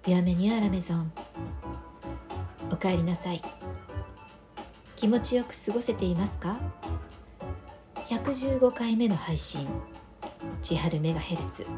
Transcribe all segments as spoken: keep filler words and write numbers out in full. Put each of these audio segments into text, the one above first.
ビアメニューアラメゾン、おかえりなさい。気持ちよく過ごせていますか？ひゃくじゅうごかいめの配信、千春メガヘルツ。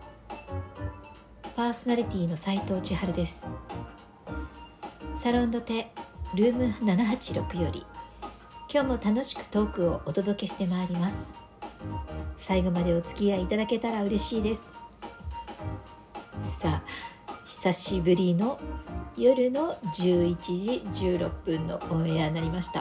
パーソナリティの斉藤千春です。サロンドテルームななはちろくより今日も楽しくトークをお届けしてまいります。最後までお付き合いいただけたら嬉しいです。さあ、久しぶりの夜のじゅういちじじゅうろっぷんのオンエアになりました。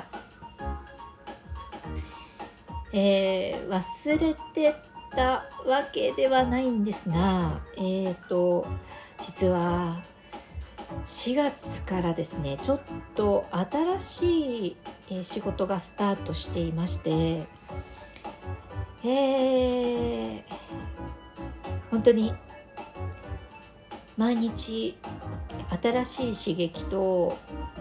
えー、忘れてたわけではないんですが、えーと実はしがつからですね、ちょっと新しい仕事がスタートしていまして、えー、本当に毎日新しい刺激と、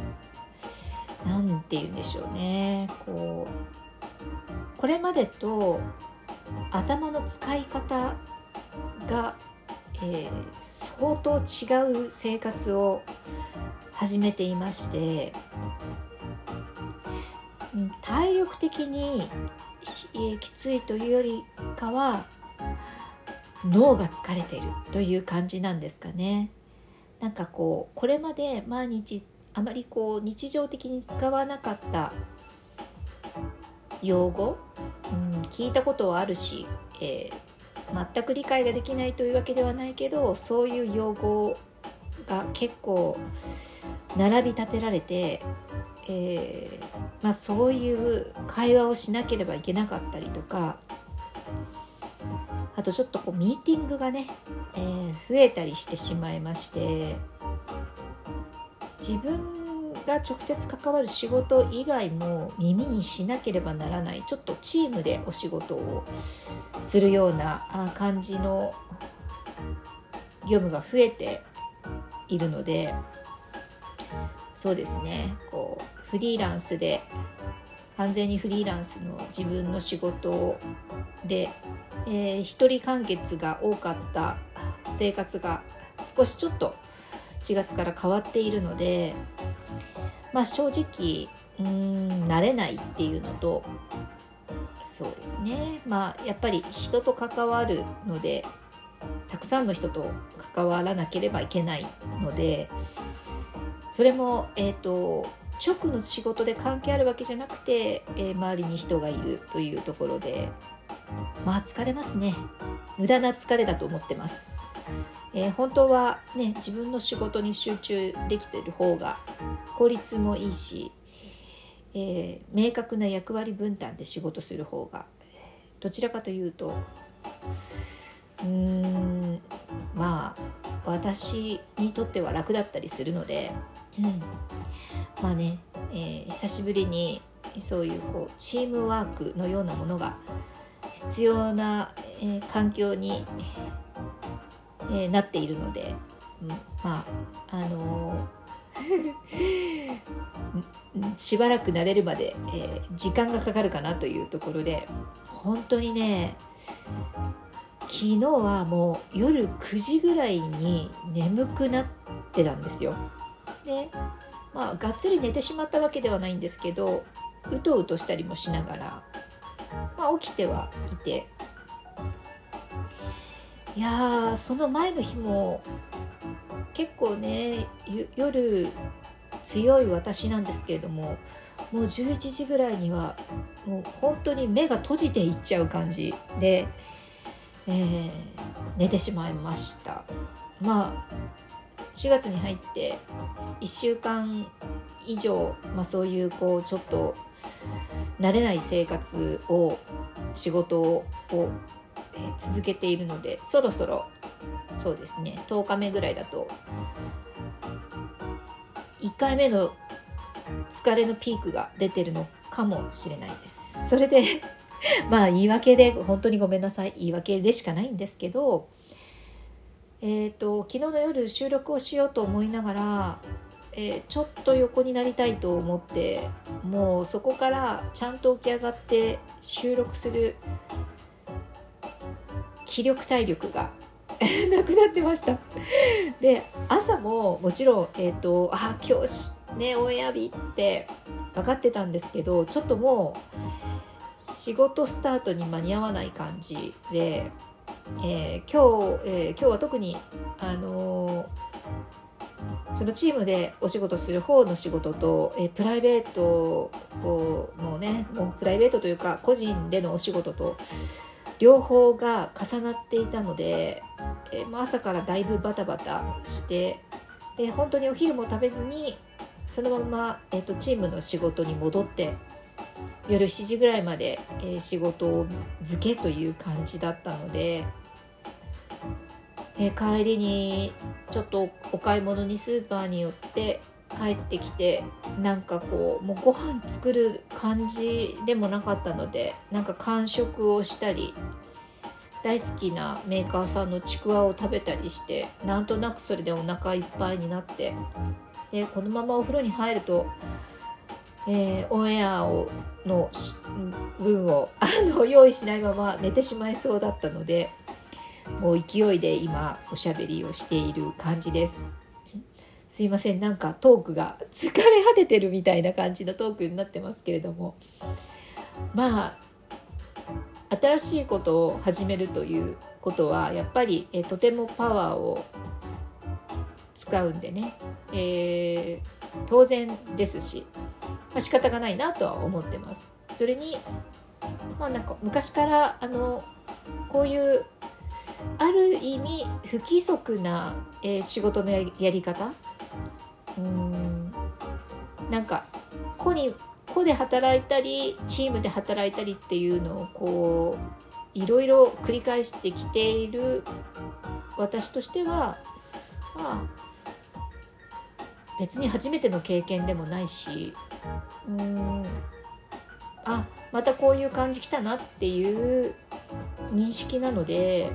なんて言うんでしょうね、こうこれまでと頭の使い方が、えー、相当違う生活を始めていまして、体力的に、えー、きついというよりかは脳が疲れているという感じなんですかね。なんかこうこれまで毎日あまりこう日常的に使わなかった用語、うん、聞いたことはあるし、えー、全く理解ができないというわけではないけど、そういう用語が結構並び立てられて、えーまあ、そういう会話をしなければいけなかったりとか、あとちょっとこうミーティングがね、えー、増えたりしてしまいまして、自分が直接関わる仕事以外も耳にしなければならない、ちょっとチームでお仕事をするような感じの業務が増えているので、そうですね、こうフリーランスで完全にフリーランスの自分の仕事で、えー、一人完結が多かった生活が少しちょっとしがつから変わっているので、まあ正直うーん慣れないっていうのと、そうですね、まあやっぱり人と関わるので、たくさんの人と関わらなければいけないので、それもえっと直の仕事で関係あるわけじゃなくて、えー、周りに人がいるというところで、まあ疲れますね。無駄な疲れだと思ってます。えー、本当はね、自分の仕事に集中できている方が効率もいいし、えー、明確な役割分担で仕事する方がどちらかというとうーんまあ私にとっては楽だったりするので、うん、まあね、えー、久しぶりにそういうこうチームワークのようなものが必要な、えー、環境に、えー、なっているので、うん、まああのー、しばらく慣れるまで、えー、時間がかかるかなというところで、本当にね、昨日はもう夜くじぐらいに眠くなってたんですよ。で、まあがっつり寝てしまったわけではないんですけど、うとうとしたりもしながら、まあ、起きてはいて、いやーその前の日も結構ね夜強い私なんですけれども、もうじゅういちじぐらいにはもう本当に目が閉じていっちゃう感じで、えー、寝てしまいました。まあしがつに入っていっしゅうかん以上、まあ、そういうこうちょっと慣れない生活を仕事を、えー、続けているので、そろそろそうですね、とおかめぐらいだといっかいめの疲れのピークが出てるのかもしれないです。それでまあ言い訳で本当にごめんなさい、言い訳でしかないんですけど、えーと、昨日の夜収録をしようと思いながら、えー、ちょっと横になりたいと思って、もうそこからちゃんと起き上がって収録する気力体力がなくなってました。で朝ももちろん、えーと、あ今日ねオンエア日って分かってたんですけど、ちょっともう仕事スタートに間に合わない感じで、えー、今日、えー、今日は特にあのーそのチームでお仕事する方の仕事と、えー、プライベートのね、もうプライベートというか個人でのお仕事と両方が重なっていたので、えー、朝からだいぶバタバタして、で本当にお昼も食べずにそのまま、えーと、チームの仕事に戻って夜しちじぐらいまで、えー、仕事漬けという感じだったので、えー、帰りにちょっとお買い物にスーパーに寄って帰ってきて、なんかこうもうご飯作る感じでもなかったので、なんか間食をしたり大好きなメーカーさんのちくわを食べたりして、なんとなくそれでお腹いっぱいになって、でこのままお風呂に入ると、えー、オンエアをの分をあの用意しないまま寝てしまいそうだったので、もう勢いで今おしゃべりをしている感じです。すいません、なんかトークが疲れ果ててるみたいな感じのトークになってますけれども、まあ新しいことを始めるということはやっぱりえとてもパワーを使うんでね、えー、当然ですし、まあ、仕方がないなとは思ってます。それにまあなんか昔からあのこういうある意味不規則な、えー、仕事の や, やり方、うーんなんか個に個で働いたりチームで働いたりっていうのをこういろいろ繰り返してきている私としては、まあ別に初めての経験でもないし、うーんあまたこういう感じきたなっていう認識なので、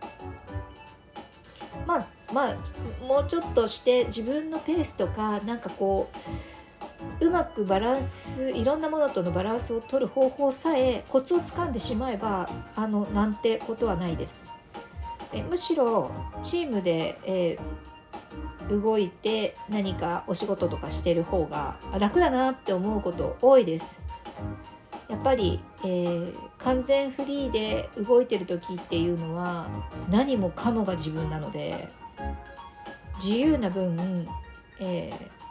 まあまあもうちょっとして自分のペースとかなんかこううまくバランス、いろんなものとのバランスを取る方法さえコツをつかんでしまえば、あのなんてことはないです。えむしろチームで、えー、動いて何かお仕事とかしてる方が楽だなって思うこと多いです。やっぱり、えー、完全フリーで動いてる時っていうのは何もかもが自分なので、自由な分、え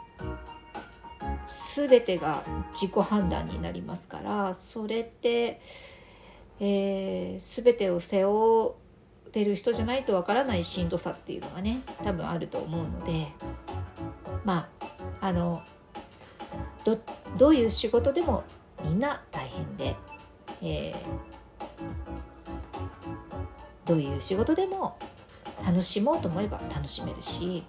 ー、全てが自己判断になりますから、それって、えー、全てを背負ってる人じゃないとわからないしんどさっていうのがね多分あると思うので、まああの ど, どういう仕事でもみんな大変で、えー、どういう仕事でも楽しもうと思えば楽しめるし、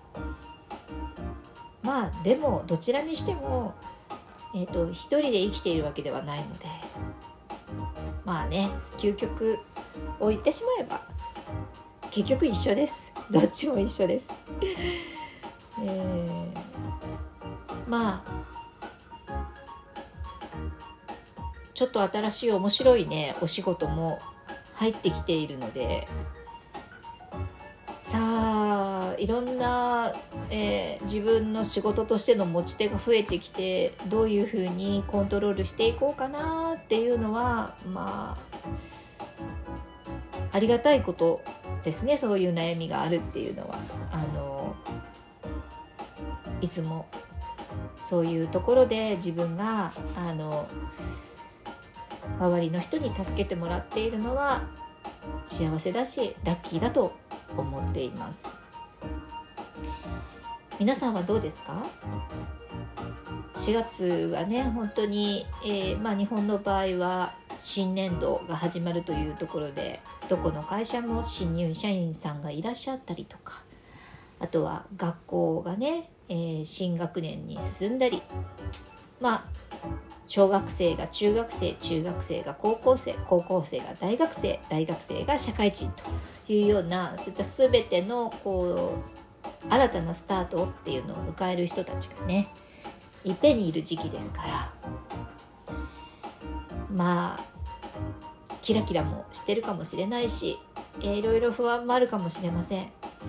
まあでもどちらにしても、えーと、一人で生きているわけではないので、まあね究極を言ってしまえば結局一緒です。どっちも一緒です、えー、まあちょっと新しい面白いねお仕事も入ってきているので、さあいろんな、えー、自分の仕事としての持ち手が増えてきて、どういうふうにコントロールしていこうかなっていうのはまあありがたいことですね。そういう悩みがあるっていうのはあのいつもそういうところで自分があの周りの人に助けてもらっているのは幸せだしラッキーだと思っています。皆さんはどうですか？しがつはね本当に、えーまあ、日本の場合は新年度が始まるというところで、どこの会社も新入社員さんがいらっしゃったりとか、あとは学校がね、えー、新学年に進んだり、まあ小学生が中学生、中学生が高校生、高校生が大学生、大学生が社会人というような、そういった全てのこう新たなスタートっていうのを迎える人たちがねいっぺんにいる時期ですから、まあキラキラもしてるかもしれないし、 えー、いろいろ不安もあるかもしれません。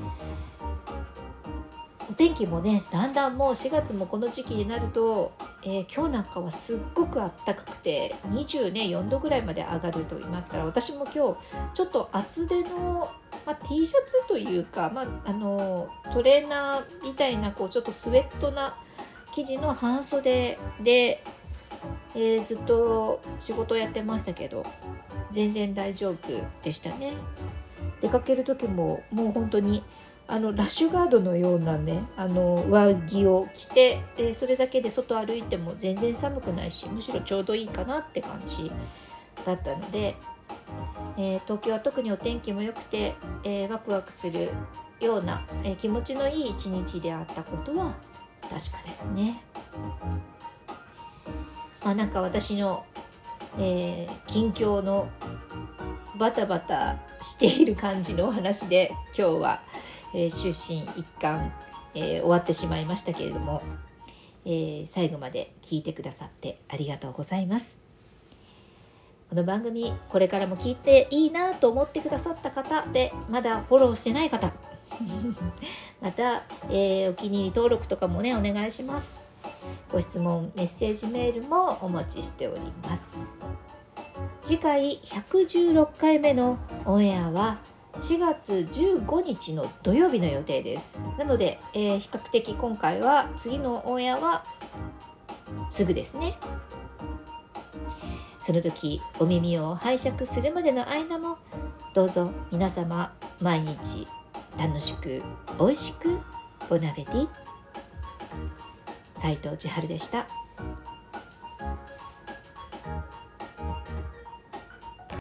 お天気もね、だんだんもうしがつもこの時期になると、えー、今日なんかはすっごく暖かくてにじゅうよんどぐらいまで上がると言いますから、私も今日ちょっと厚手の、まあ、T シャツというか、まあ、あのトレーナーみたいなこうちょっとスウェットな生地の半袖で、えー、ずっと仕事をやってましたけど、全然大丈夫でしたね。出かける時ももう本当にあのラッシュガードのようなね、あの上着を着て、えー、それだけで外歩いても全然寒くないし、むしろちょうどいいかなって感じだったので、えー、東京は特にお天気も良くて、えー、ワクワクするような、えー、気持ちのいい一日であったことは確かですね。まあ、なんか私の、えー、近況のバタバタしている感じのお話で今日は、えー、終身一貫、えー、終わってしまいましたけれども、えー、最後まで聞いてくださってありがとうございます。この番組これからも聞いていいなと思ってくださった方で、まだフォローしてない方また、えー、お気に入り登録とかもねお願いします。ご質問メッセージメールもお待ちしております。次回ひゃくじゅうろっかいめのオンエアはしがつじゅうごにちの土曜日の予定です。なので、えー、比較的今回は次のオンエアはすぐですね。その時お耳を拝借するまでの間もどうぞ皆様毎日楽しく美味しくボナペティ。斉藤千春でした。